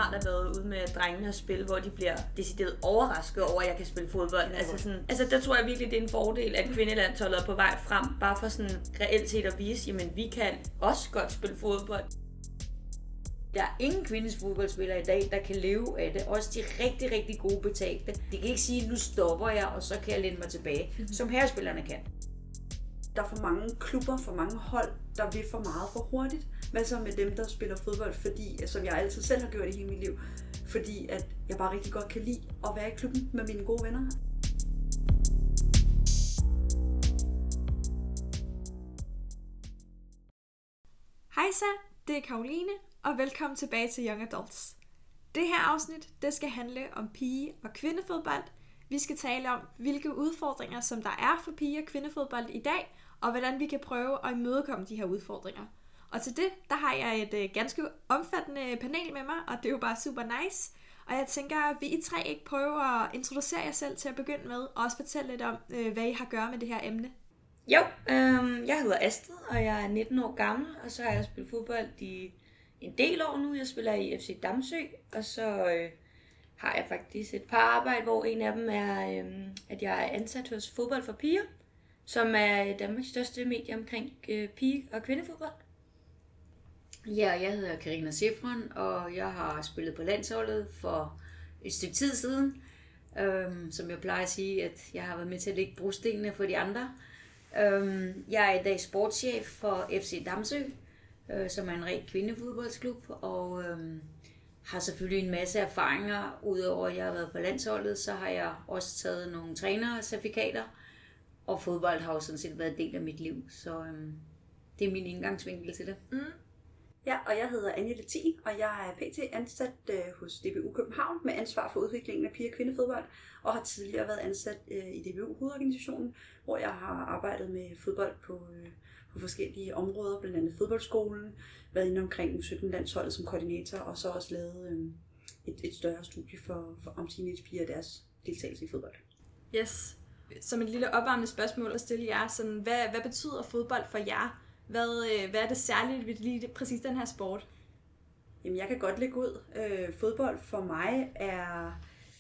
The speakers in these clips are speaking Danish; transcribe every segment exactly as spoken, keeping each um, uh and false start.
har da været ude med drengene og spille, hvor de bliver decideret overrasket over, at jeg kan spille fodbold. Ja, altså, sådan, altså der tror jeg virkelig, det er en fordel, at kvindelandsholdet er på vej frem, bare for sådan reelt set at vise, jamen vi kan også godt spille fodbold. Der er ingen kvindes fodboldspillere i dag, der kan leve af det. Også de rigtig, rigtig gode betalte. De kan ikke sige, nu stopper jeg, og så kan jeg læne mig tilbage, mm-hmm. som herrespillerne kan. Der er for mange klubber, for mange hold, der vil for meget for hurtigt. Hvad så med dem, der spiller fodbold, fordi, som jeg altid selv har gjort i hele mit liv, fordi at jeg bare rigtig godt kan lide at være i klubben med mine gode venner. Hej så, det er Karoline, og velkommen tilbage til Young Adults. Det her afsnit, det skal handle om pige- og kvindefodbold. Vi skal tale om, hvilke udfordringer, som der er for pige- og kvindefodbold i dag, og hvordan vi kan prøve at imødekomme de her udfordringer. Og til det, der har jeg et øh, ganske omfattende panel med mig, og det er jo bare super nice. Og jeg tænker, at vi I tre ikke prøver at introducere jer selv til at begynde med, og også fortælle lidt om, øh, hvad I har at gøre med det her emne. Jo, øh, jeg hedder Astrid, og jeg er nitten år gammel, og så har jeg spillet fodbold i en del år nu. Jeg spiller i F C Damsø, og så øh, har jeg faktisk et par arbejde, hvor en af dem er, øh, at jeg er ansat hos Fodbold for Piger, som er Danmarks største medie omkring øh, pige- og kvindefodbold. Ja, jeg hedder Karina Sefron, og jeg har spillet på landsholdet for et stykke tid siden. Øhm, som jeg plejer at sige, at jeg har været med til at lægge brostenene for de andre. Øhm, jeg er i dag sportschef for F C Damsø, øh, som er en ren kvindefodboldsklub, og øhm, har selvfølgelig en masse erfaringer. Udover at jeg har været på landsholdet, så har jeg også taget nogle trænercertifikater, og fodbold har jo sådan set været en del af mit liv, så øhm, det er min indgangsvinkel til det. Mm. Ja, og jeg hedder Anja Lettin, og jeg er pt. Ansat øh, hos D B U København med ansvar for udviklingen af pige- og kvindefodbold, og har tidligere været ansat øh, i D B U-hovedorganisationen, hvor jeg har arbejdet med fodbold på, øh, på forskellige områder, blandt andet fodboldskolen, været inde omkring U sytten-landsholdet som koordinator, og så også lavet øh, et, et større studie for, for om teenagepiger og deres deltagelse i fodbold. Yes. Som et lille opvarmende spørgsmål at stille jer, sådan, hvad, hvad betyder fodbold for jer? Hvad, hvad er det særligt ved lige præcis den her sport? Jamen, jeg kan godt lægge ud. Øh, fodbold for mig er,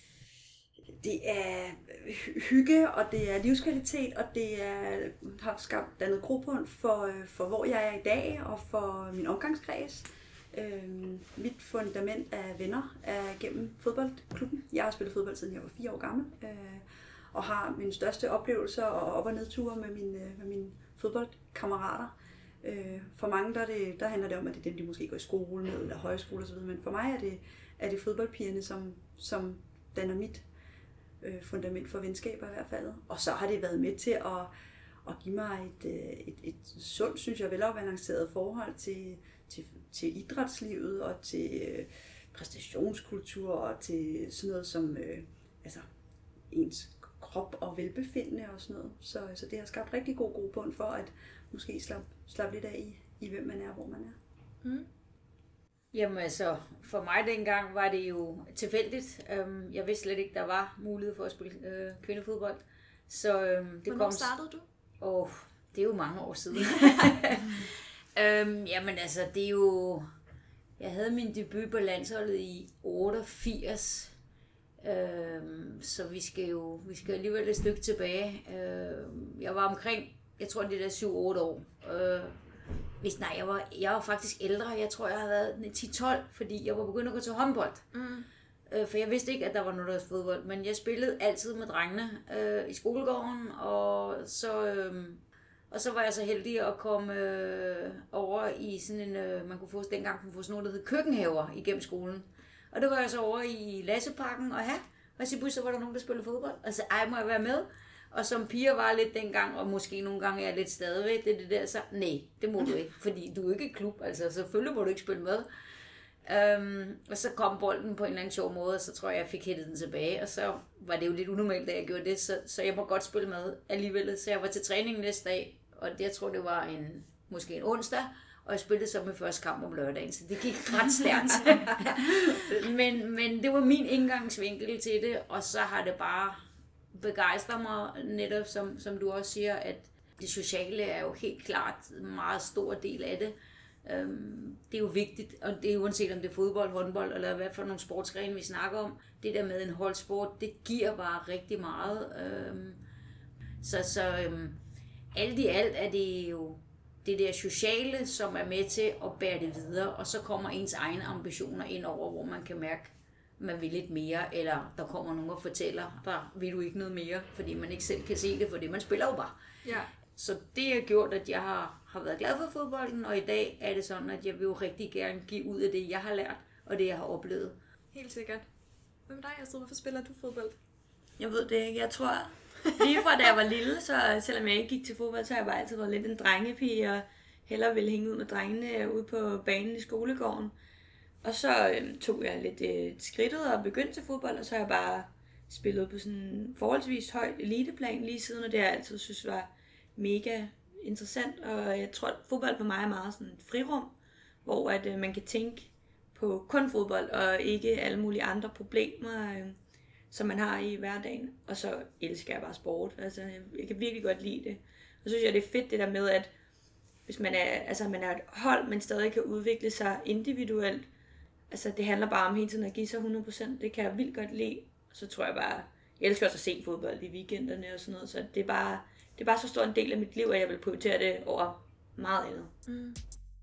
det er hygge, og det er livskvalitet, og det er, har skabt dannet grobund for, for, hvor jeg er i dag, og for min omgangskreds. Øh, mit fundament af venner er gennem fodboldklubben. Jeg har spillet fodbold siden jeg var fire år gammel, øh, og har mine største oplevelser og op- og nedture med mine, med mine fodboldkammerater. For mange der, det, der handler det om, at det er dem, de måske går i skole med, eller højskole osv., men for mig er det, er det fodboldpigerne, som, som danner mit øh, fundament for venskaber i hvert fald. Og så har det været med til at, at give mig et, et, et sundt, synes jeg, velafbalanceret forhold til, til, til idrætslivet og til øh, præstationskultur og til sådan noget som øh, altså, ens krop og velbefindende og sådan noget. Så, så det har skabt rigtig god grobund for at måske slappe slap lidt af i, i, hvem man er og hvor man er. Mm. Jamen altså, for mig dengang var det jo tilfældigt. Jeg vidste slet ikke, der var mulighed for at spille øh, kvindefodbold. Så, øhm, det Hvornår kom... startede du? Åh, oh, det er jo mange år siden. øhm, jamen altså, det er jo... Jeg havde min debut på landsholdet i otteogfirs. Øhm, så vi skal jo vi skal alligevel et stykke tilbage. Øhm, jeg var omkring, jeg tror det er syv otte år. Øh, hvis, nej, jeg var, jeg var faktisk ældre. Jeg tror, jeg havde været ti tolv, fordi jeg var begyndt at gå til håndbold. Mm. Øh, for jeg vidste ikke, at der var noget, der var fodbold. Men jeg spillede altid med drengene øh, i skolegården. Og så, øh, og så var jeg så heldig at komme øh, over i sådan en, øh, man kunne få, dengang kunne få sådan noget, der hed køkkenhaver igennem skolen. Og det var jeg så over i Lasseparken og have. Og så så var der nogen, der spillede fodbold. Og så, ej, må jeg være med? Og som piger var lidt dengang, og måske nogle gange er jeg lidt stadigvæk, det er det der, så nej, det må du ikke, fordi du er ikke i klub, altså selvfølgelig må du ikke spille med. Um, og så kom bolden på en eller anden sjov måde, og så tror jeg, jeg fik hættet den tilbage, og så var det jo lidt unormalt, da jeg gjorde det, så, så jeg må godt spille med alligevel. Så jeg var til træning næste dag, og det, jeg tror, det var en, måske en onsdag, og jeg spillede så med første kamp om lørdagen, så det gik ret stærkt. men, men det var min indgangsvinkel til det, og så har det bare begejstret mig netop, som, som du også siger, at det sociale er jo helt klart en meget stor del af det. Øhm, det er jo vigtigt, og det er uanset om det er fodbold, håndbold, eller hvad for nogle sportsgrene vi snakker om. Det der med en holdsport, det giver bare rigtig meget. Øhm, så så øhm, alt i alt er det jo det der sociale, som er med til at bære det videre, og så kommer ens egne ambitioner ind over, hvor man kan mærke, at man vil lidt mere, eller der kommer nogen og fortæller, der vil du ikke noget mere, fordi man ikke selv kan se det, fordi man spiller jo bare. Ja. Så det har gjort, at jeg har, har været glad for fodbolden, og i dag er det sådan, at jeg vil jo rigtig gerne give ud af det, jeg har lært, og det, jeg har oplevet. Helt sikkert. Hvad med dig, Astrid? Hvorfor spiller du fodbold? Jeg ved det ikke. Jeg tror, lige fra da jeg var lille, så selvom jeg ikke gik til fodbold, så har jeg bare altid været lidt en drengepige, og hellere ville hænge ud med drengene ude på banen i skolegården. Og så øh, tog jeg lidt øh, skridtet og begyndte til fodbold, og så har jeg bare spillet på sådan en forholdsvis højt eliteplan lige siden, og det har jeg altid synes var mega interessant. Og jeg tror, at fodbold for mig er meget sådan et frirum, hvor at, øh, man kan tænke på kun fodbold, og ikke alle mulige andre problemer, øh, som man har i hverdagen. Og så elsker jeg bare sport. Altså, jeg kan virkelig godt lide det. Og så synes jeg, det er fedt det der med, at hvis man er, altså, man er et hold, men stadig kan udvikle sig individuelt. Altså, det handler bare om hele tiden at give sig hundrede procent. Det kan jeg vildt godt lide. Og så tror jeg bare, jeg elsker også at se fodbold i weekenderne og sådan noget. Så det er bare, det er bare så stor en del af mit liv, at jeg vil prioritere det over meget andet. Mm.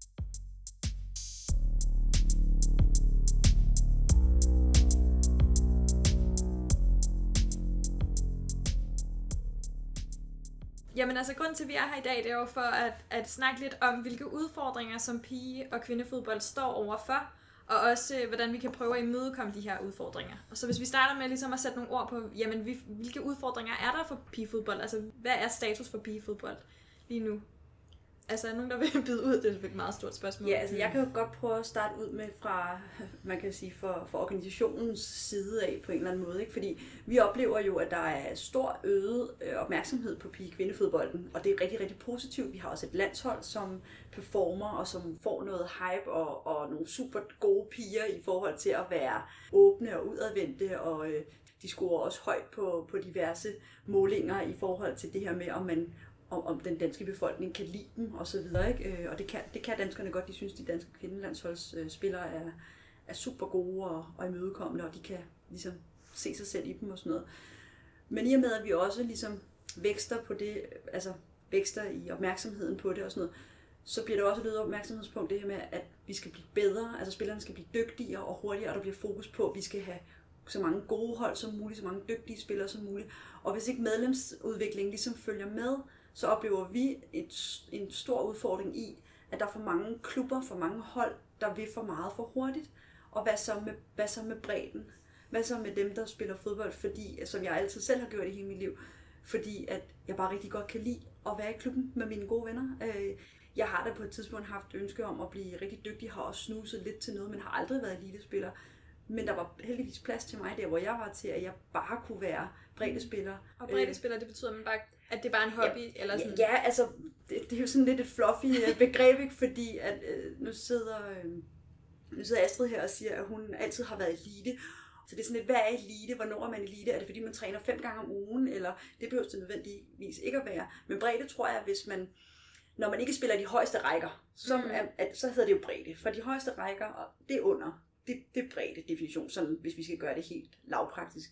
Jamen altså, grunden til, at vi er her i dag, det er jo for at, at snakke lidt om, hvilke udfordringer, som pige- og kvindefodbold står overfor, og også hvordan vi kan prøve at imødekomme de her udfordringer. Og så hvis vi starter med ligesom at sætte nogle ord på, jamen hvilke udfordringer er der for pigefodbold? Altså, hvad er status for pigefodbold lige nu? Altså, er der nogen, der vil byde ud? Det er selvfølgelig et meget stort spørgsmål. Ja, altså jeg kan jo godt prøve at starte ud med fra, man kan sige, for, for organisationens side af på en eller anden måde. Ikke? Fordi vi oplever jo, at der er stor øget opmærksomhed på pige-kvindefodbolden, og det er rigtig, rigtig positivt. Vi har også et landshold, som performer og som får noget hype og, og nogle super gode piger i forhold til at være åbne og udadvendte, og øh, de scorer også højt på, på diverse målinger i forhold til det her med, om man Om, om den danske befolkning kan lide dem og så videre, ikke? Og det kan, det kan danskerne godt. De synes, de danske kvindelandsholdsspillere er, er super gode og, og imødekommende, og de kan ligesom se sig selv i dem og sådan noget. Men i og med, at vi også ligesom vækster på det, altså vækster i opmærksomheden på det og sådan noget, så bliver der også et øget opmærksomhedspunkt det her med, at vi skal blive bedre, altså spillerne skal blive dygtigere og hurtigere, og der bliver fokus på, at vi skal have så mange gode hold som muligt, så mange dygtige spillere som muligt. Og hvis ikke medlemsudviklingen ligesom følger med, så oplever vi et, en stor udfordring i, at der er for mange klubber, for mange hold, der vil for meget for hurtigt. Og hvad så med, hvad så med bredden? Hvad så med dem, der spiller fodbold, fordi, som jeg altid selv har gjort i hele mit liv, fordi at jeg bare rigtig godt kan lide at være i klubben med mine gode venner. Jeg har da på et tidspunkt haft ønske om at blive rigtig dygtig, har også snuset lidt til noget, men har aldrig været elitespiller. Men der var heldigvis plads til mig der, hvor jeg var til, at jeg bare kunne være breddespiller. Og breddespiller, det betyder, at, man bare, at det er bare en hobby? Ja, eller sådan? Ja, altså, det, det er jo sådan lidt et fluffy begreb, ikke? Fordi at, øh, nu, sidder, øh, nu sidder Astrid her og siger, at hun altid har været elite. Så det er sådan lidt, hvad er elite? Hvornår er man elite? Er det fordi, man træner fem gange om ugen? Eller det behøver det nødvendigvis ikke at være. Men bredde tror jeg, hvis man, når man ikke spiller de højeste rækker, så, mm. er, at, så hedder det jo bredde. For de højeste rækker, og det er under. Det, det er bredde definition, sådan, hvis vi skal gøre det helt lavpraktisk.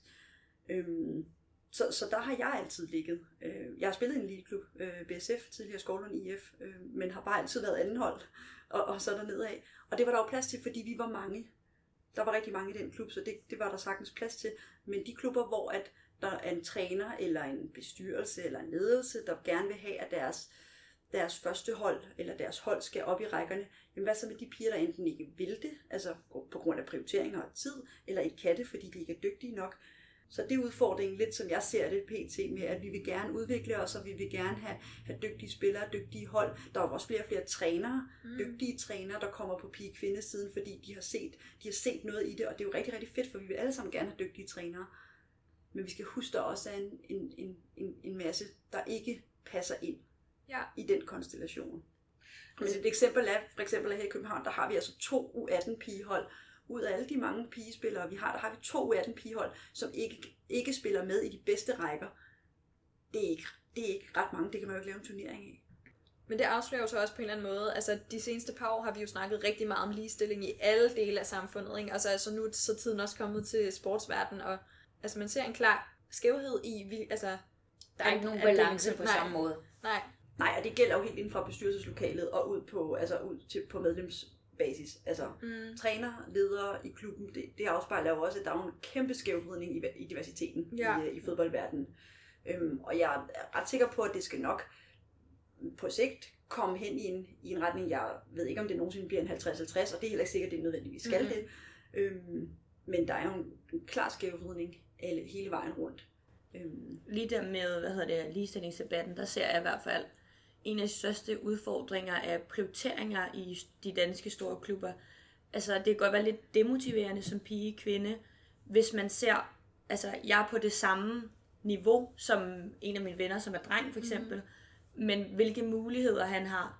Øhm, så, så der har jeg altid ligget. Øh, jeg har spillet i en eliteklub, øh, B S F, tidligere Skovlund I F, øh, men har bare altid været anden hold, og, og så dernede af. Og det var der jo plads til, fordi vi var mange. Der var rigtig mange i den klub, så det, det var der sagtens plads til. Men de klubber, hvor at der er en træner, eller en bestyrelse, eller en ledelse, der gerne vil have, at deres deres første hold, eller deres hold skal op i rækkerne, jamen hvad så med de piger, der enten ikke vil det, altså på grund af prioriteringer og tid, eller ikke kan det, fordi de ikke er dygtige nok. Så det er udfordringen lidt, som jeg ser det pt. Med, at vi vil gerne udvikle os, og vi vil gerne have, have dygtige spillere, dygtige hold. Der er også flere og flere trænere, mm. dygtige trænere, der kommer på pige-kvindesiden, fordi de har, set, de har set noget i det, og det er jo rigtig, rigtig fedt, for vi vil alle sammen gerne have dygtige trænere. Men vi skal huske, der også er en, en, en, en, en masse, der ikke passer ind. Ja. I den konstellation. Men et eksempel er, for eksempel her i København, der har vi altså to U atten pigehold. Ud af alle de mange pigespillere, vi har, der har vi to U atten pigehold, som ikke, ikke spiller med i de bedste rækker. Det er, ikke, det er ikke ret mange, det kan man jo ikke lave en turnering af. Men det afslører jo så også på en eller anden måde, altså de seneste par år har vi jo snakket rigtig meget om ligestilling i alle dele af samfundet, ikke? Altså, altså nu er så tiden også kommet til sportsverdenen, og altså man ser en klar skævhed i, vi, altså... Der er ikke nogen balance på nej, samme måde. Nej. Nej, og det gælder jo helt inden fra bestyrelseslokalet og ud på, altså ud til, på medlemsbasis. Altså mm. træner, ledere i klubben, det, det afspejler jo også, at der er en kæmpe skævvridning i, i diversiteten ja. i, i fodboldverdenen. Øhm, og jeg er ret sikker på, at det skal nok på sigt komme hen i en, i en retning, jeg ved ikke, om det nogensinde bliver en halvtreds halvtreds, og det er heller ikke sikkert, at det er nødvendigvis skal mm-hmm. det. Øhm, men der er jo en, en klar skævvridning hele vejen rundt. Øhm. Lige der med, hvad hedder det, ligestillingsdebatten, der ser jeg i hvert fald en af de største udfordringer af prioriteringer i de danske store klubber. Altså, det kan godt være lidt demotiverende som pige, kvinde, hvis man ser, altså, jeg er på det samme niveau som en af mine venner, som er dreng for eksempel, mm. men hvilke muligheder han har.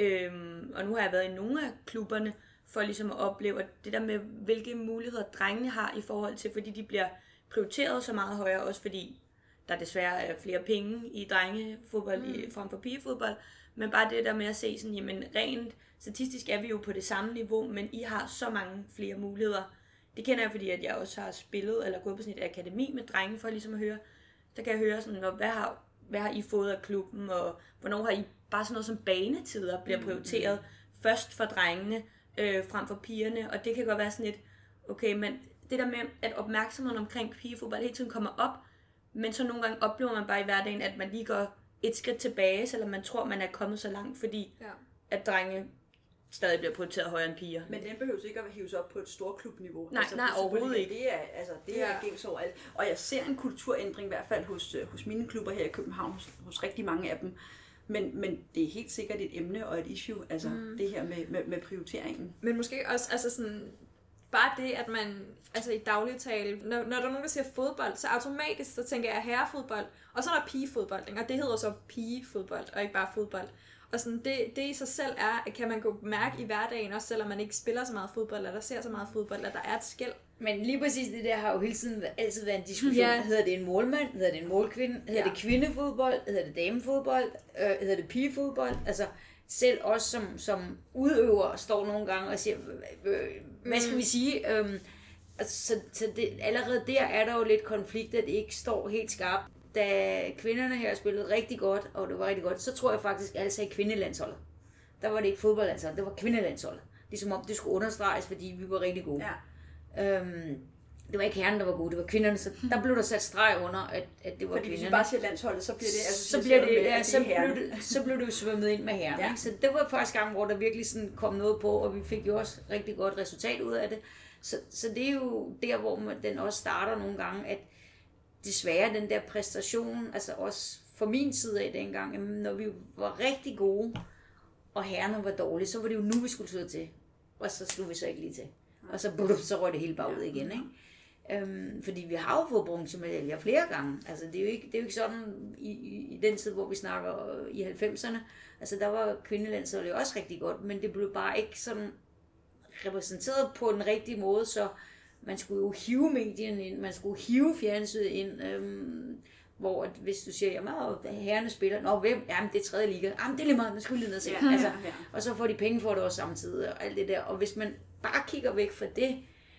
Øhm, og nu har jeg været i nogle af klubberne, for ligesom at opleve at det der med, hvilke muligheder drengene har i forhold til, fordi de bliver prioriteret så meget højere, også fordi der desværre er flere penge i drengefodbold mm. i, frem for pigefodbold, men bare det der med at se sådan, jamen rent statistisk er vi jo på det samme niveau, men I har så mange flere muligheder. Det kender jeg, fordi at jeg også har spillet eller gået på sådan et akademi med drenge, for ligesom at høre, der kan jeg høre sådan, hvad har, hvad har I fået af klubben, og hvornår har I bare sådan noget som banetider bliver prioriteret mm. først for drengene, øh, frem for pigerne, og det kan godt være sådan et, okay, men det der med, at opmærksomheden omkring pigefodbold hele tiden kommer op, men så nogle gange oplever man bare i hverdagen, at man lige går et skridt tilbage, selvom man tror, man er kommet så langt, fordi ja. at drenge stadig bliver prioriteret højere end piger. Men den behøver ikke at hives op på et storklubniveau. Nej, altså, nej overhovedet ikke. Det er, altså, det ja. er gængs overalt. Og jeg ser en kulturændring i hvert fald hos, hos mine klubber her i København, hos, hos rigtig mange af dem. Men, men det er helt sikkert et emne og et issue, altså mm. det her med, med, med prioriteringen. Men måske også, altså sådan... Bare det, at man, altså i dagligtale, når, når der er nogen, der siger fodbold, så automatisk, så tænker jeg herrefodbold, og så er der pigefodbold, og det hedder så pigefodbold, og ikke bare fodbold. Og sådan, det, det i sig selv er, kan man gå mærke i hverdagen, også selvom man ikke spiller så meget fodbold, eller der ser så meget fodbold, at der er et skel. Men lige præcis det der har jo hele tiden altid været en diskussion. Ja. Hedder det en målmand? Hedder det en målkvinde? Hedder ja. det kvindefodbold? Hedder det damefodbold? Øh, hedder det pigefodbold? Altså, selv os som, som udøver står nogle gange og siger, hvad skal vi sige? Øhm, altså, så så det, allerede der er der jo lidt konflikt, at det ikke står helt skarpt. Da kvinderne her spillede rigtig godt, og det var rigtig godt, så tror jeg faktisk, at alle sagde kvindelandsholdet. Der var det ikke fodboldlandsholdet, det var kvindelandsholdet. Ligesom om det skulle understreges, fordi vi var rigtig gode. Ja. Øhm, det var ikke herren, der var gode, det var kvinderne, så der blev der sat streg under, at, at det var fordi kvinderne. Fordi hvis vi bare siger landsholdet, så bliver det altså så bliver det, ja, så blev det, så blev det jo svømmet ind med herren. Ja. Så det var første gang, hvor der virkelig sådan kom noget på, og vi fik jo også rigtig godt resultat ud af det. Så, så det er jo der, hvor man, den også starter nogle gange, at desværre den der præstation, altså også fra min side af dengang, når vi var rigtig gode, og herrerne var dårlige, så var det jo nu, vi skulle slå til. Og så slog vi så ikke lige til. Og så, så røg det hele bare ud igen, ikke? Øhm, fordi vi har jo fået bronzemedaljer flere gange. Altså det er jo ikke, det er jo ikke sådan i, i, i den tid, hvor vi snakker i halvfemserne. Altså der var kvindelandsholdet også rigtig godt, men det blev bare ikke sådan repræsenteret på den rigtige måde, så man skulle jo hive medierne ind, man skulle hive fjernsynet ind, øhm, hvor at hvis du siger, jamen herrerne spiller, nå hvem? Jamen det er tredje liga, jamen det er lige meget, man skulle lige ned og se. Ja, altså, ja, ja. Og så får de penge for det også samtidig, og alt det der. Og hvis man bare kigger væk fra det,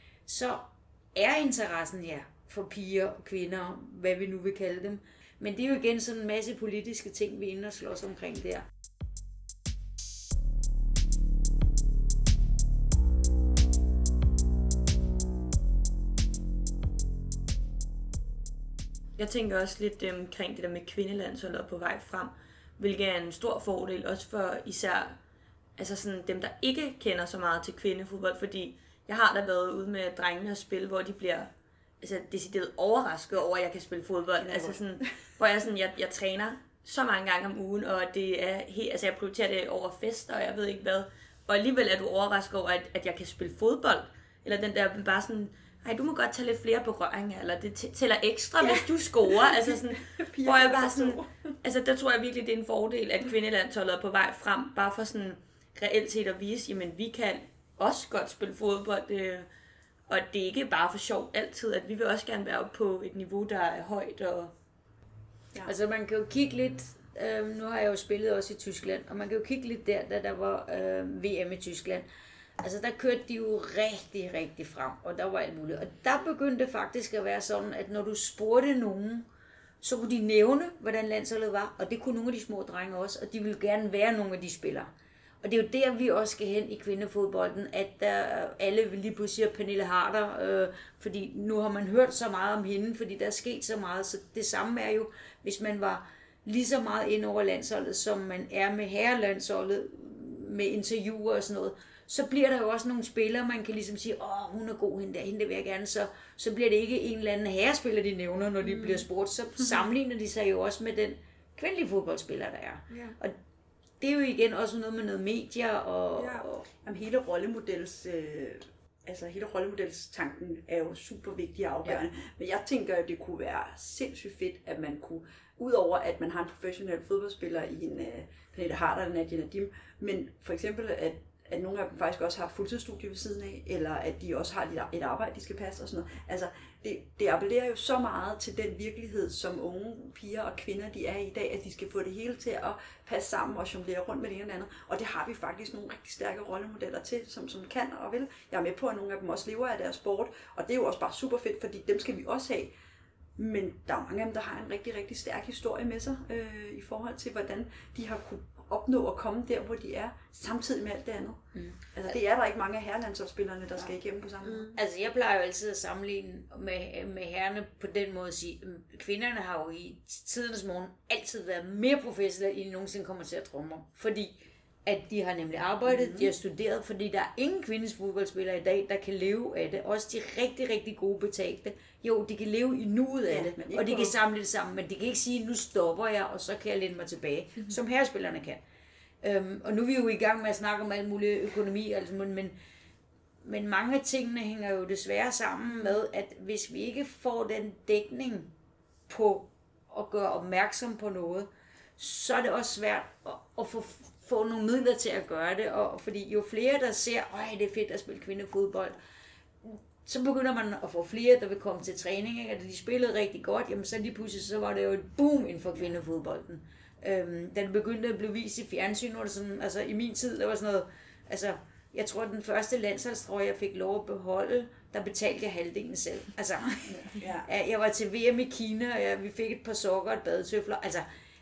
så er interessen ja for piger og kvinder, hvad vi nu vil kalde dem. Men det er jo igen sådan en masse politiske ting, vi er inde og slås omkring der. Jeg tænker også lidt omkring det der med kvindelandsholdet på vej frem, hvilket er en stor fordel, også for især altså sådan dem, der ikke kender så meget til kvindefodbold, fordi jeg har da været ude med drengene og spille, hvor de bliver altså, decideret overrasket over, at jeg kan spille fodbold. Altså sådan, hvor jeg, sådan, jeg, jeg træner så mange gange om ugen, og det er helt, altså jeg prioriterer det over fester, og jeg ved ikke hvad. Og alligevel er du overrasket over, at, at jeg kan spille fodbold. Eller den der bare sådan, ej, du må godt tage lidt flere berøringer, eller det tæller ekstra, ja. Hvis du scorer. Altså sådan, hvor jeg bare sådan, altså der tror jeg virkelig, det er en fordel, at kvindelandsholdet er på vej frem, bare for sådan reelt set at vise, jamen vi kan også godt spille fodbold, øh, og det er ikke bare for sjov altid, at vi vil også gerne være oppe på et niveau, der er højt. Og ja. Altså man kan jo kigge lidt Øh, nu har jeg jo spillet også i Tyskland, og man kan jo kigge lidt der, da der var øh, V M i Tyskland. Altså der kørte de jo rigtig, rigtig frem, og der var alt muligt. Og der begyndte det faktisk at være sådan, at når du spurgte nogen, så kunne de nævne, hvordan landsholdet var, og det kunne nogle af de små drenge også, og de ville gerne være nogle af de spillere. Og det er jo der, vi også skal hen i kvindefodbolden, at der alle vil lige pludselig sige Pernille Harder, øh, fordi nu har man hørt så meget om hende, fordi der er sket så meget. Så det samme er jo, hvis man var lige så meget ind over landsholdet, som man er med herrelandsholdet, med interviewer og sådan noget, så bliver der jo også nogle spillere, man kan ligesom sige, åh, hun er god, hende der, hende der vil jeg gerne, så, så bliver det ikke en eller anden herrespiller, de nævner, når de mm. bliver spurgt, så sammenligner de sig jo også med den kvindelige fodboldspiller, der er. Yeah. Og det er jo igen også noget med noget medier og... Ja. og Jamen, hele rollemodels... Øh, altså hele rollemodelstanken er jo super vigtig og afgørende. Ja. Men jeg tænker, at det kunne være sindssygt fedt, at man kunne, udover at man har en professionel fodboldspiller i en uh, Pernille Harder eller Nadia Nadim, men for eksempel, at at nogle af dem faktisk også har fuldtidsstudie ved siden af, eller at de også har et arbejde, de skal passe og sådan noget. Altså, det, det appellerer jo så meget til den virkelighed, som unge piger og kvinder, de er i dag, at de skal få det hele til at passe sammen og jonglere rundt med det ene eller andet. Og det har vi faktisk nogle rigtig stærke rollemodeller til, som, som kan og vil. Jeg er med på, at nogle af dem også lever af deres sport, og det er jo også bare super fedt, fordi dem skal vi også have. Men der er mange af dem, der har en rigtig, rigtig stærk historie med sig, øh, i forhold til, hvordan de har kunne opnå at komme der, hvor de er, samtidig med alt det andet. Mm. Altså, det er der ikke mange af herrelandsholdsspillerne, der skal igennem på samme måde. Mm. Altså, jeg plejer jo altid at sammenligne med, med herrerne på den måde at sige, at kvinderne har jo i tidernes morgen altid været mere professionelle, end de nogensinde kommer til at drømme om. Fordi at de har nemlig arbejdet, mm. de har studeret, fordi der er ingen kvindes fodboldspillere i dag, der kan leve af det. Også de rigtig, rigtig gode betalte. Jo, de kan leve i nuet af ja, det, og de kan samle det sammen, men de kan ikke sige, nu stopper jeg, og så kan jeg læne mig tilbage, mm. som herrespillerne kan. Øhm, og nu er vi jo i gang med at snakke om alt muligt økonomi, altså, men, men mange af tingene hænger jo desværre sammen med, at hvis vi ikke får den dækning på at gøre opmærksom på noget, så er det også svært at, at få, få nogle midler til at gøre det, og fordi jo flere der ser, at det er fedt at spille kvindefodbold, så begynder man at få flere, der vil komme til træning, ikke? At de spillede rigtig godt, jamen så lige pludselig så var det jo et boom inden for kvindefodbolden. Øhm, da det begyndte at blive vist i fjernsyn, var det sådan, altså i min tid, der var sådan noget, altså jeg tror, den første landsholdstrøje, jeg fik lov at beholde, der betalte jeg halvdelen selv. Altså, ja. Jeg var til V M i Kina, og jeg, vi fik et par sokker og et badetøfler, altså,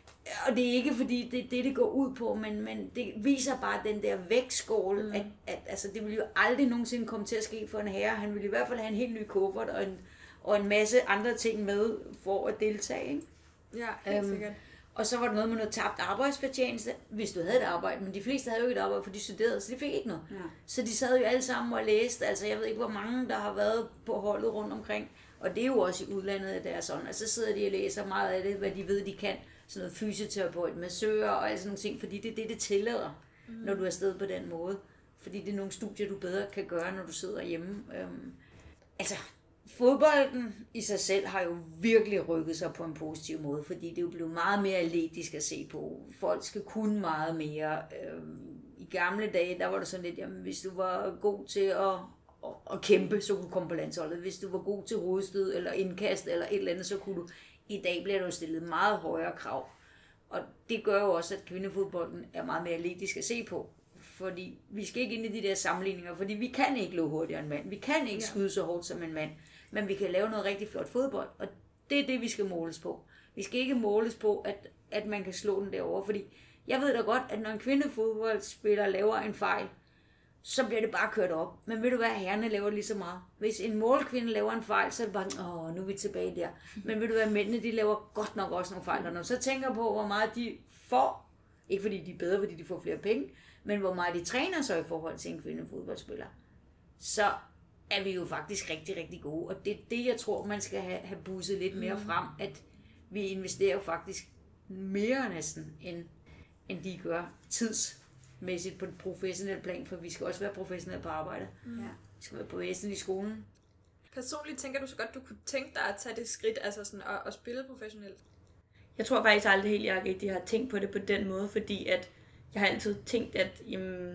og det er ikke fordi, det det, det går ud på, men, men det viser bare den der vægtskål, mm. at, at altså, det ville jo aldrig nogensinde komme til at ske for en herre. Han ville i hvert fald have en helt ny kuffert og en, og en masse andre ting med for at deltage. Ikke? Ja, helt øhm, sikkert. Og så var der noget med noget tabt arbejdsfortjeneste, hvis du havde et arbejde, men de fleste havde jo ikke et arbejde, for de studerede, så de fik ikke noget. Ja. Så de sad jo alle sammen og læste, altså jeg ved ikke, hvor mange der har været på holdet rundt omkring, og det er jo også i udlandet, at det er sådan, og så sidder de og læser meget af det, hvad de ved, de kan, sådan noget fysioterapeut, massører og alle sådan nogle ting, fordi det er det, det tillader, mm. når du er afsted på den måde. Fordi det er nogle studier, du bedre kan gøre, når du sidder hjemme. Øhm, altså, fodbolden i sig selv har jo virkelig rykket sig på en positiv måde, fordi det er jo blevet meget mere atletisk at se på. Folk skal kunne meget mere. Øhm, I gamle dage, der var det sådan lidt, jamen, hvis du var god til at, at, at kæmpe, så kunne du komme på landsholdet. Hvis du var god til hovedstød eller indkast eller et eller andet, så kunne du. I dag bliver der jo stillet meget højere krav. Og det gør jo også, at kvindefodbolden er meget mere atletisk at se på. Fordi vi skal ikke ind i de der sammenligninger, fordi vi kan ikke løbe hurtigere end mand. Vi kan ikke skyde så hårdt som en mand. Men vi kan lave noget rigtig flot fodbold. Og det er det, vi skal måles på. Vi skal ikke måles på, at, at man kan slå den derovre. Fordi jeg ved da godt, at når en kvindefodboldspiller laver en fejl, så bliver det bare kørt op. Men ved du hvad, herrerne laver lige så meget. Hvis en målkvinde laver en fejl, så er det bare, åh, nu er vi tilbage der. Men ved du hvad, mændene, de laver godt nok også nogle fejl. Og når du så tænker på, hvor meget de får, ikke fordi de er bedre, fordi de får flere penge, men hvor meget de træner sig i forhold til en kvindefodboldspiller, så er vi jo faktisk rigtig, rigtig gode. Og det er det, jeg tror, man skal have, have busset lidt mere frem, at vi investerer jo faktisk mere næsten, end, end de gør tidsmæssigt på et professionelt plan, for vi skal også være professionelle på arbejde. Mm. Ja. Vi skal være professionelle i skolen. Personligt tænker du så godt, du kunne tænke dig at tage det skridt, altså sådan at, at spille professionelt? Jeg tror faktisk aldrig helt, jeg rigtig har tænkt på det på den måde, fordi at jeg har altid tænkt, at jamen,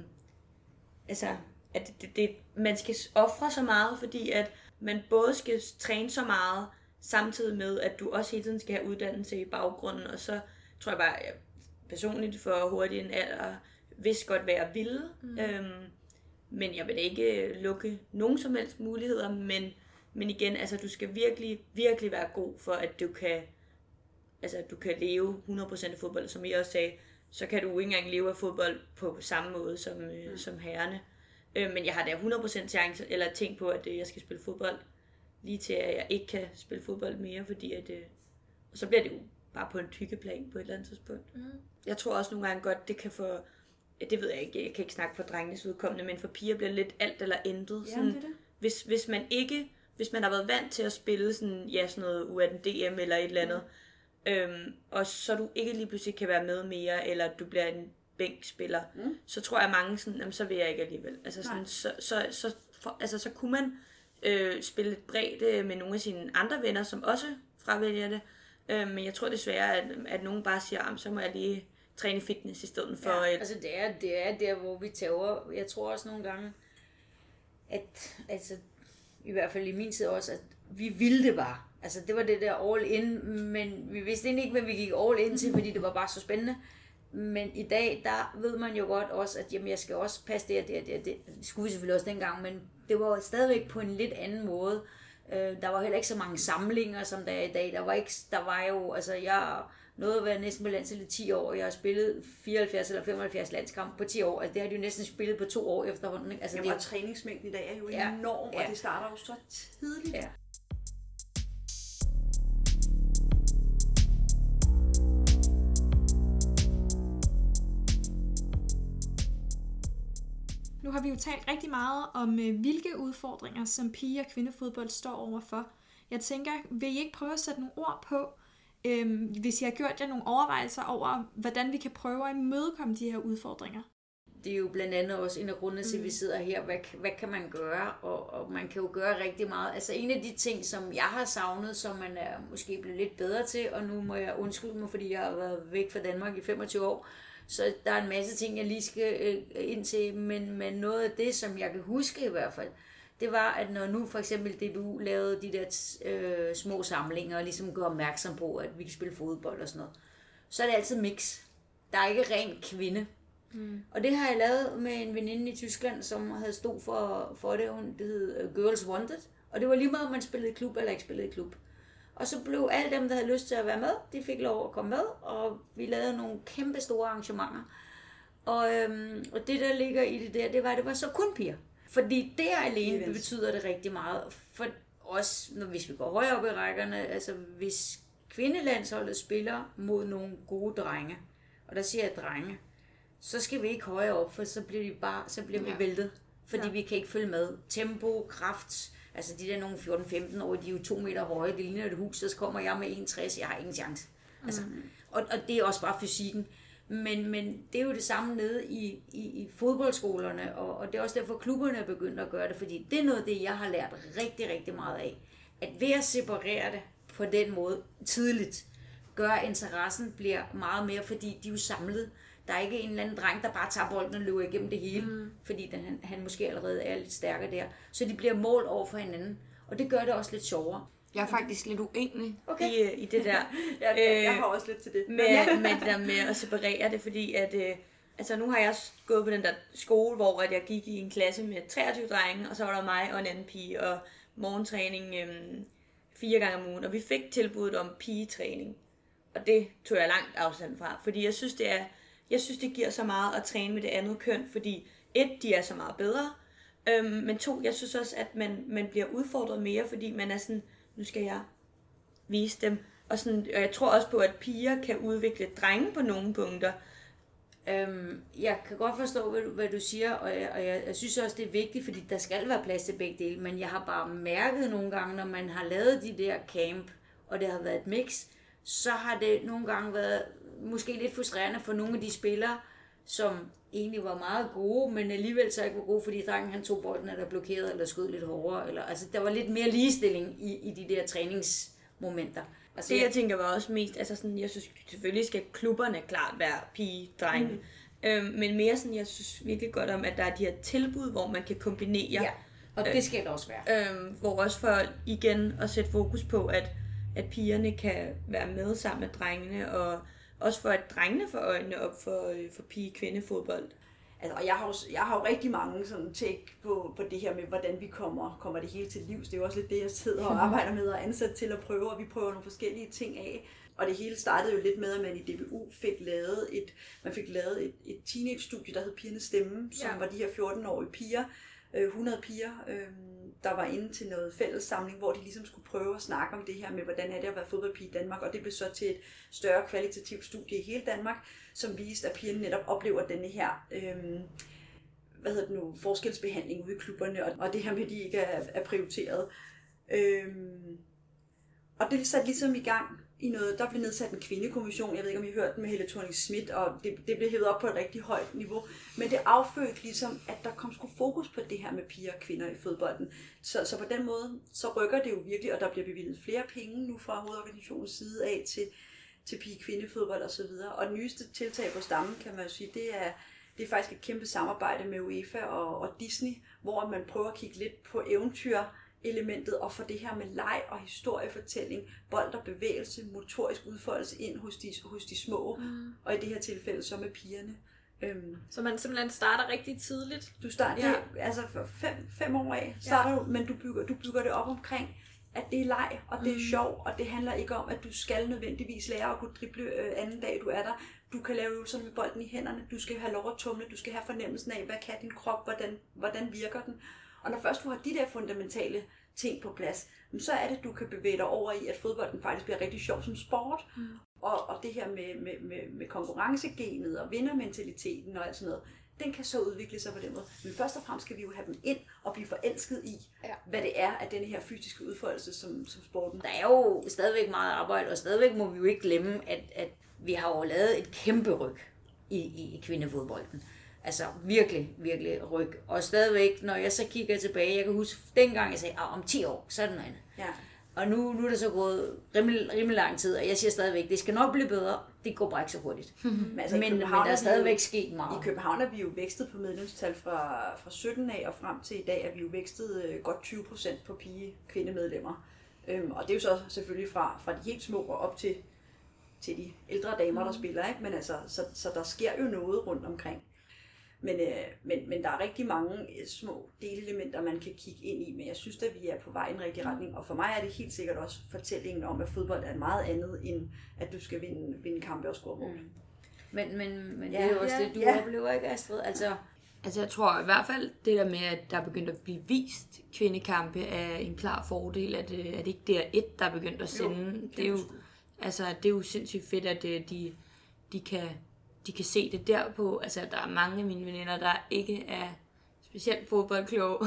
altså, at det, det, man skal ofre så meget, fordi at man både skal træne så meget, samtidig med, at du også hele tiden skal have uddannelse i baggrunden, og så tror jeg bare, at personligt for hurtigt en alder, vidste godt, hvad jeg ville. Mm. Øhm, men jeg vil ikke lukke nogen som helst muligheder, men, men igen, altså du skal virkelig, virkelig være god for, at du kan, altså, du kan leve hundrede procent af fodbold, som I også sagde, så kan du ikke engang leve af fodbold på samme måde som, mm. øh, som herrerne. Øh, men jeg har da hundrede procent chance, eller tænkt på, at øh, jeg skal spille fodbold, lige til at jeg ikke kan spille fodbold mere, fordi at, øh, og så bliver det jo bare på en tykkeplan på et eller andet tidspunkt. Mm. Jeg tror også nogle gange godt, det kan få, det ved jeg ikke, jeg kan ikke snakke for drengenes udkommende, men for piger bliver lidt alt eller intet. Ja, sådan, det er det. Hvis, hvis man ikke, hvis man har været vant til at spille sådan, ja, sådan noget U atten D M eller et eller andet, mm. øhm, og så du ikke lige pludselig kan være med mere, eller du bliver en bænkspiller, mm. så tror jeg mange sådan, jamen, så vil jeg ikke alligevel. Altså, sådan, så, så, så, for, altså, så kunne man øh, spille lidt bredt øh, med nogle af sine andre venner, som også fravælger det. Øh, men jeg tror desværre, at, at nogen bare siger, så må jeg lige træne fitness i stedet for... Ja, et... altså det er, det er der, hvor vi tager. Jeg tror også nogle gange, at altså, i hvert fald i min tid også, at vi ville det bare. Altså det var det der all in, men vi vidste egentlig ikke, hvad vi gik all in til, fordi det var bare så spændende. Men i dag, der ved man jo godt også, at jamen, jeg skal også passe det og det og det og det. Det skulle vi selvfølgelig også dengang, men det var stadigvæk på en lidt anden måde. Øh, der var heller ikke så mange samlinger, som der er i dag. Der var, ikke, der var jo, altså jeg nåede at være næsten på landsholdet i ti år. Jeg har spillet fireoghalvfjerds eller femoghalvfjerds landskampe på ti år. Altså det har de jo næsten spillet på to år efterhånden. Ikke? Altså, Jamen, det og træningsmængden i dag er jo ja, enorm, ja. og det starter jo så tidligt. Ja. Nu har vi jo talt rigtig meget om, hvilke udfordringer, som pige- og kvindefodbold står overfor. Jeg tænker, vil I ikke prøve at sætte nogle ord på, øhm, hvis I har gjort jer nogle overvejelser over, hvordan vi kan prøve at imødekomme de her udfordringer? Det er jo blandt andet også en af grundene til, at vi sidder her. Hvad, hvad kan man gøre? Og, og man kan jo gøre rigtig meget. Altså en af de ting, som jeg har savnet, som man er måske blevet lidt bedre til, og nu må jeg undskylde mig, fordi jeg har været væk fra Danmark i femogtyve år, så der er en masse ting, jeg lige skal øh, ind til, men, men noget af det, som jeg kan huske i hvert fald, det var, at når nu for eksempel D B U lavede de der øh, små samlinger, og ligesom gør opmærksom på, at vi kan spille fodbold og sådan noget, så er det altid mix. Der er ikke ren kvinde. Mm. Og det har jeg lavet med en veninde i Tyskland, som havde stået for, for det, hun, det hed Girls Wanted, og det var lige meget, om man spillede i klub eller ikke spillede i klub. Og så blev alle dem, der havde lyst til at være med, de fik lov at komme med, og vi lavede nogle kæmpe store arrangementer. Og, øhm, og det, der ligger i det der, det var, det var så kun piger. Fordi det alene det betyder det rigtig meget. For os, når, hvis vi går højere op i rækkerne, altså hvis kvindelandsholdet spiller mod nogle gode drenge, og der siger jeg drenge, så skal vi ikke højere op, for så bliver, vi, bare, så bliver ja. vi væltet. Fordi ja. vi kan ikke følge med. Tempo, kraft, altså de der nogle fjorten femten år, de er jo to meter høje, det ligner et hus, så kommer jeg med en komma tres, jeg har ingen chance. Altså, mm. og, og det er også bare fysikken. Men, men det er jo det samme nede i, i, i fodboldskolerne, og, og det er også derfor, klubberne er begyndt at gøre det, fordi det er noget af det, jeg har lært rigtig, rigtig meget af. At ved at separere det på den måde tidligt, gør at interessen bliver meget mere, fordi de er jo samlet. Der er ikke en eller anden dreng, der bare tager bolden og løber igennem det hele, mm. fordi den, han, han måske allerede er lidt stærkere der. Så de bliver målt over for hinanden, og det gør det også lidt sjovere. Jeg er faktisk lidt uenig okay. i, i det der. jeg, jeg, jeg har også lidt til det. Med, med det der med at separere det, fordi at, øh, altså nu har jeg gået på den der skole, hvor at jeg gik i en klasse med treogtyve drenge, og så var der mig og en anden pige, og morgentræning øh, fire gange om ugen, og vi fik tilbuddet om pigetræning. Og det tog jeg langt afstand fra, fordi jeg synes, det er, jeg synes, det giver så meget at træne med det andet køn, fordi et, de er så meget bedre, øhm, men to, jeg synes også, at man, man bliver udfordret mere, fordi man er sådan, nu skal jeg vise dem. Og, sådan, og jeg tror også på, at piger kan udvikle drenge på nogle punkter. Øhm, jeg kan godt forstå, hvad du, hvad du siger, og, jeg, og jeg, jeg synes også, det er vigtigt, fordi der skal være plads til begge dele, men jeg har bare mærket nogle gange, når man har lavet de der camp, og det har været et mix, så har det nogle gange været måske lidt frustrerende for nogle af de spillere, som egentlig var meget gode, men alligevel så ikke var gode, fordi drengen han tog bolden, eller blokerede, eller skød lidt hårdere. Eller, altså, der var lidt mere ligestilling i, i de der træningsmomenter. Altså, det jeg tænker var også mest, altså sådan, jeg synes selvfølgelig skal klubberne klart være pige, drenge, mm. øhm, men mere sådan, jeg synes virkelig godt om, at der er de her tilbud, hvor man kan kombinere. Ja, og det skal der også være. Øhm, hvor også for igen at sætte fokus på, at, at pigerne kan være med sammen med drengene, og også for at drengene får øjnene op for, øh, for pige-kvindefodbold. Altså, og jeg har, jo, jeg har jo rigtig mange sådan take på, på det her med, hvordan vi kommer, kommer det hele til livs. Det er jo også lidt det, jeg sidder og arbejder med og ansat til at prøve, og vi prøver nogle forskellige ting af. Og det hele startede jo lidt med, at man i D B U fik lavet et, man fik lavet et, et teenage-studie, der hed Pigernes Stemme, som ja. var de her fjorten-årige piger, hundrede piger, øh, der var inde til noget fællessamling, hvor de ligesom skulle prøve at snakke om det her med, hvordan er det at være fodboldpige i Danmark, og det blev så til et større kvalitativt studie i hele Danmark, som viste, at pigerne netop oplever denne her øh, hvad hedder det nu, forskelsbehandling ude i klubberne, og, og det her med, at de ikke er, er prioriteret. Øh, og det satte ligesom i gang i noget, der blev nedsat en kvindekommission, jeg ved ikke, om I hørte den med Helle Thorning-Schmidt, og det, det blev hævet op på et rigtig højt niveau, men det affødte ligesom, at der kom sgu fokus på det her med piger og kvinder i fodbolden. Så, så på den måde, så rykker det jo virkelig, og der bliver bevilget flere penge nu fra hovedorganisationens side af til, til pige-kvindefodbold og så videre. Og det nyeste tiltag på stammen, kan man jo sige, det er, det er faktisk et kæmpe samarbejde med UEFA og, og Disney, hvor man prøver at kigge lidt på eventyr, elementet og få det her med leg og historiefortælling, bold og bevægelse, motorisk udfoldelse ind hos de, hos de små, mm. og i det her tilfælde så med pigerne. Øhm, så man simpelthen starter rigtig tidligt? Du starter, ja. det, altså fem, fem år af, starter ja. du, men du bygger, du bygger det op omkring, at det er leg, og det er mm. sjov, og det handler ikke om, at du skal nødvendigvis lære at kunne drible øh, anden dag, du er der. Du kan lave øvelser med bolden i hænderne, du skal have lov at tumle, du skal have fornemmelsen af, hvad kan din krop, hvordan, hvordan virker den. Og når først du har de der fundamentale ting på plads, så er det, at du kan bevæge dig over i, at fodbolden faktisk bliver rigtig sjov som sport. Mm. Og, og det her med, med, med, med konkurrencegenet og vindermentaliteten og alt sådan noget, den kan så udvikle sig på den måde. Men først og fremmest skal vi jo have dem ind og blive forelsket i, ja. hvad det er af denne her fysiske udfoldelse som, som sporten. Der er jo stadigvæk meget arbejde, og stadigvæk må vi jo ikke glemme, at, at vi har jo lavet et kæmpe ryg i, i, i kvindefodbolden. Altså virkelig, virkelig ryg. Og stadigvæk, når jeg så kigger tilbage, jeg kan huske dengang, jeg sagde, at om ti år, så er det noget andet. Ja. Og nu, nu er det så gået rimelig, rimelig lang tid, og jeg siger stadigvæk, det skal nok blive bedre, det går bare ikke så hurtigt. men, altså, men, men der er stadigvæk jo, sket meget. I København er vi jo vækstet på medlemstal fra, fra sytten af og frem til i dag, er vi jo vækstet øh, godt tyve procent på pige-kvindemedlemmer. Øhm, og det er jo så selvfølgelig fra, fra de helt små og op til, til de ældre damer, der spiller, ikke? Men altså, så, så der sker jo noget rundt omkring. Men, øh, men, men der er rigtig mange øh, små delelementer, man kan kigge ind i, men jeg synes, at vi er på vej i en rigtig retning. Og for mig er det helt sikkert også fortællingen om, at fodbold er meget andet, end at du skal vinde, vinde kampe og score mål. Mm. Men, men, men ja, det er jo også ja, det, du ja. oplever, ikke, Astrid? Altså, altså jeg tror i hvert fald, det der med, at der er begyndt at blive vist kvindekampe, er en klar fordel, at, at ikke det er et, der er begyndt at sende. Jo, det, er jo, altså, det er jo sindssygt fedt, at de, de kan... de kan se det derpå. Altså, der er mange af mine veninder, der ikke er specielt fodboldkloge.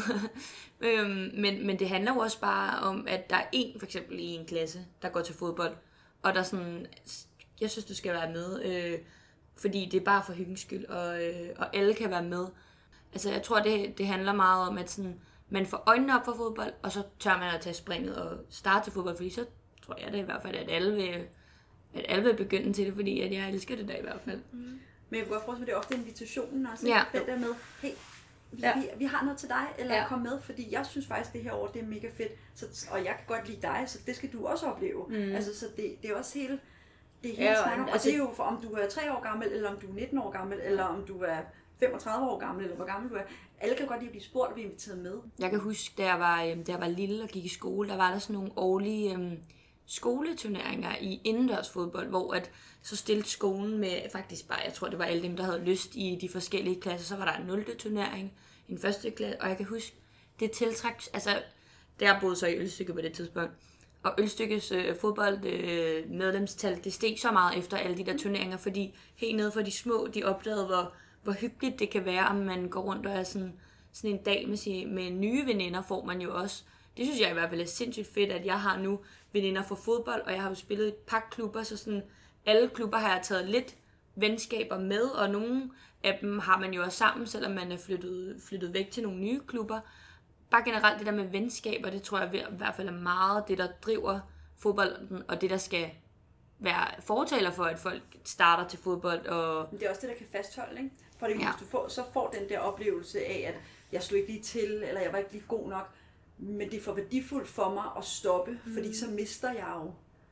øhm, men, men det handler jo også bare om, at der er en, for eksempel i en klasse, der går til fodbold, og der er sådan, jeg synes, du skal være med, øh, fordi det er bare for hyggens skyld, og, øh, og alle kan være med. Altså, jeg tror, det, det handler meget om, at sådan, man får øjnene op for fodbold, og så tør man at tage springet og starte til fodbold, fordi så tror jeg det i hvert fald, at alle vil, at alle vil begynde til det, fordi at jeg elsker det der i hvert fald. Mm. Men jeg kunne godt forestille mig, det er ofte invitationen også. Ja. Den der med, hey, vi, ja. vi, vi har noget til dig, eller ja. kom med, fordi jeg synes faktisk, det her år, det er mega fedt, så, og jeg kan godt lide dig, så det skal du også opleve. Mm. Altså, så det, det er også hele, det er hele ja, snakken om, altså, og det er jo for, om du er tre år gammel, eller om du er nitten år gammel, eller om du er femogtredive år gammel, eller hvor gammel du er. Alle kan godt lide at blive spurgt og blive inviteret med. Jeg kan huske, da jeg var, da jeg var lille og gik i skole, der var der sådan nogle årlige øhm, skoleturneringer i indendørs fodbold, hvor at så stillede skolen med faktisk bare, jeg tror det var alle dem, der havde lyst i de forskellige klasser, så var der en nulte turnering, en første klasse, og jeg kan huske, det tiltræk, altså der boede så i Ølstykke på det tidspunkt, og Ølstykkes øh, fodbold øh, medlemstal, det steg så meget efter alle de der turneringer, fordi helt nede for de små, de opdagede, hvor, hvor hyggeligt det kan være, om man går rundt og er sådan, sådan en dag med, sig, med nye veninder, får man jo også. Det synes jeg i hvert fald er sindssygt fedt, at jeg har nu veninder for fodbold, og jeg har jo spillet et par klubber, så sådan alle klubber har jeg taget lidt venskaber med, og nogle af dem har man jo også sammen, selvom man er flyttet, flyttet væk til nogle nye klubber. Bare generelt det der med venskaber, det tror jeg i hvert fald er meget det, der driver fodbolden, og det, der skal være fortaler for, at folk starter til fodbold. Og men det er også det, der kan fastholde, ikke? Fordi ja. hvis du får, så får den der oplevelse af, at jeg slog ikke lige til, eller jeg var ikke lige god nok, men det er for værdifuldt for mig at stoppe, mm. fordi så mister jeg jo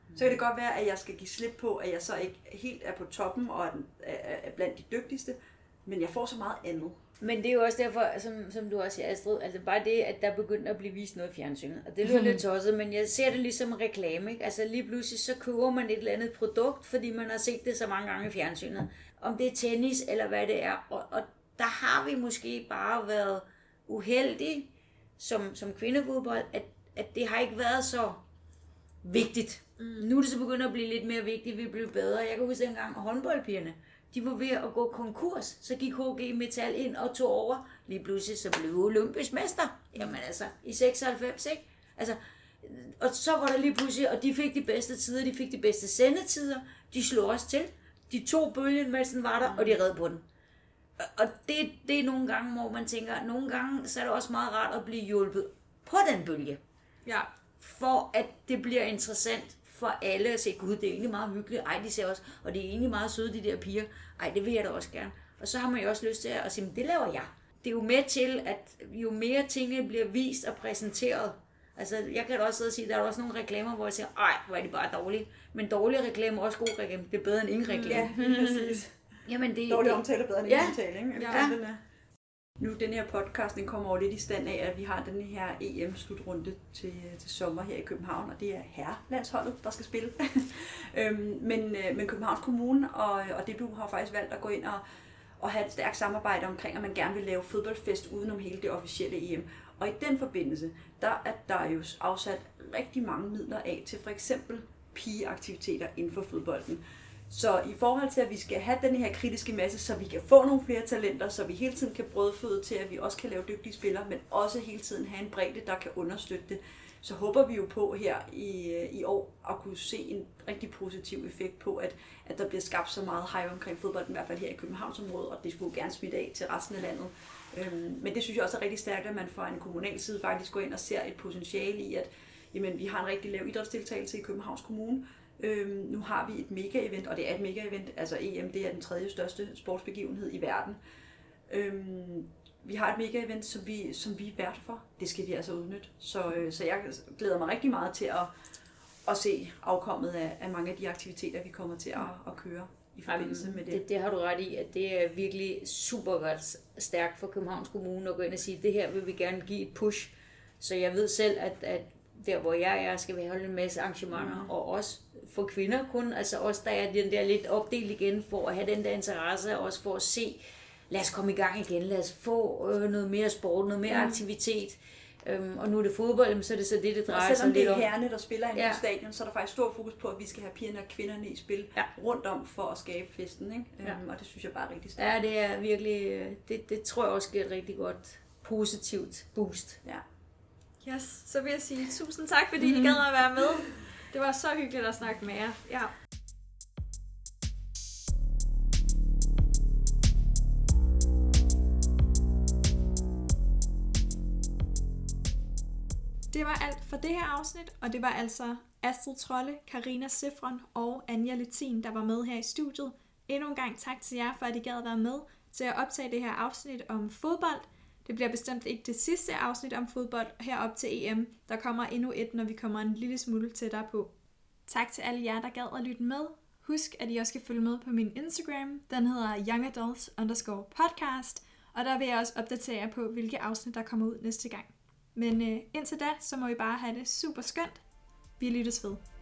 Så kan det godt være, at jeg skal give slip på, at jeg så ikke helt er på toppen og er blandt de dygtigste, men jeg får så meget andet. Men det er jo også derfor, som, som du også siger, Astrid, altså bare det, at der begynder at blive vist noget i fjernsynet. Og det lyder lidt tosset, men jeg ser det ligesom en reklame, ikke? Altså lige pludselig så køber man et eller andet produkt, fordi man har set det så mange gange i fjernsynet. Om det er tennis eller hvad det er. Og, og der har vi måske bare været uheldige som, som kvindefodbold, at, at det har ikke været så vigtigt. Mm. Nu er det så begyndt at blive lidt mere vigtigt, vi bliver bedre. Jeg kan huske dengang, at håndboldpigerne, de var ved at gå konkurs. Så gik H G Metal ind og tog over. Lige pludselig så blev vi olympisk mester. Jamen altså, i seksoghalvfems, ikke? Altså, og så var der lige pludselig, og de fik de bedste tider, de fik de bedste sendetider. De slog os til. De tog bølgen, mens den var der, og de red på den. Og det, det er nogle gange, hvor man tænker, at nogle gange så er det også meget rart at blive hjulpet på den bølge. Ja. For at det bliver interessant for alle at se, gud, det er egentlig meget hyggeligt. Ej, de ser også, og det er egentlig meget søde, de der piger. Ej, det vil jeg da også gerne. Og så har man jo også lyst til at sige, det laver jeg. Det er jo med til, at jo mere tingene bliver vist og præsenteret. Altså, jeg kan da også sidde og sige, at der er også nogle reklamer, hvor jeg siger, ej, hvor er de bare dårlige. Men dårlige reklamer er også gode reklamer. Det er bedre end ingen reklame. Ja, præcis. Jamen, det, Dårlig det... omtale er bedre end ja. ingen omtale, ikke? Ja. Den er. Nu, den her podcast, den kommer over lidt i stand af, at vi har den her E M-slutrunde til, til sommer her i København, og det er herrelandsholdet, der skal spille. øhm, men, men Københavns Kommune og, og D B U har faktisk valgt at gå ind og, og have et stærkt samarbejde omkring, at man gerne vil lave fodboldfest udenom hele det officielle E M. Og i den forbindelse, der er der jo afsat rigtig mange midler af til for eksempel pigeaktiviteter inden for fodbolden. Så i forhold til, at vi skal have den her kritiske masse, så vi kan få nogle flere talenter, så vi hele tiden kan brødføde til, at vi også kan lave dygtige spillere, men også hele tiden have en bredde, der kan understøtte det, så håber vi jo på her i, i år at kunne se en rigtig positiv effekt på, at, at der bliver skabt så meget hype omkring fodbolden, i hvert fald her i Københavnsområdet, og det skulle gerne smitte af til resten af landet. Øhm, men det synes jeg også er rigtig stærkt, at man fra en kommunal side faktisk går ind og ser et potentiale i, at jamen, vi har en rigtig lav idrætsdeltagelse i Københavns Kommune. Øhm, nu har vi et mega-event, og det er et mega-event, altså E M, det er den tredje største sportsbegivenhed i verden. Øhm, vi har et mega-event, som vi, som vi er vært for. Det skal vi altså udnytte. Så, øh, så jeg glæder mig rigtig meget til at, at se afkommet af, af mange af de aktiviteter, vi kommer til at, at køre i forbindelse Jamen, med det. det. Det har du ret i, at det er virkelig super godt stærkt for Københavns Kommune at gå ind og sige, at det her vil vi gerne give et push. Så jeg ved selv, at, at der hvor jeg er, skal vi holde en masse arrangementer, mm. og også for kvinder kun, altså også der er den der lidt opdelt igen, for at have den der interesse, og også for at se, lad os komme i gang igen, lad os få øh, noget mere sport, noget mere mm. aktivitet, øhm, og nu er det fodbold, så er det så det, det drejer sig lidt om. Selvom det er herrene, der spiller i ja. en stadion, så er der faktisk stor fokus på, at vi skal have pigerne og kvinderne i spil ja. rundt om for at skabe festen, ikke? Ja. Øhm, og det synes jeg bare er rigtig stærkt. Ja, det er virkelig, det, det tror jeg også giver et rigtig godt positivt boost. Ja. Yes, så vil jeg sige tusind tak, fordi mm-hmm. I gad at være med. Det var så hyggeligt at snakke med jer. Ja. Det var alt for det her afsnit, og det var altså Astrid Trolle, Karina Sifron og Anja Letin, der var med her i studiet. Endnu en gang tak til jer, for at I gad at være med til at optage det her afsnit om fodbold. Det bliver bestemt ikke det sidste afsnit om fodbold herop til E M. Der kommer endnu et, når vi kommer en lille smule tættere på. Tak til alle jer, der gad at lytte med. Husk, at I også kan følge med på min Instagram. Den hedder youngadults underscore podcast. Og der vil jeg også opdatere jer på, hvilke afsnit, der kommer ud næste gang. Men øh, indtil da, så må I bare have det super skønt. Vi lyttes ved.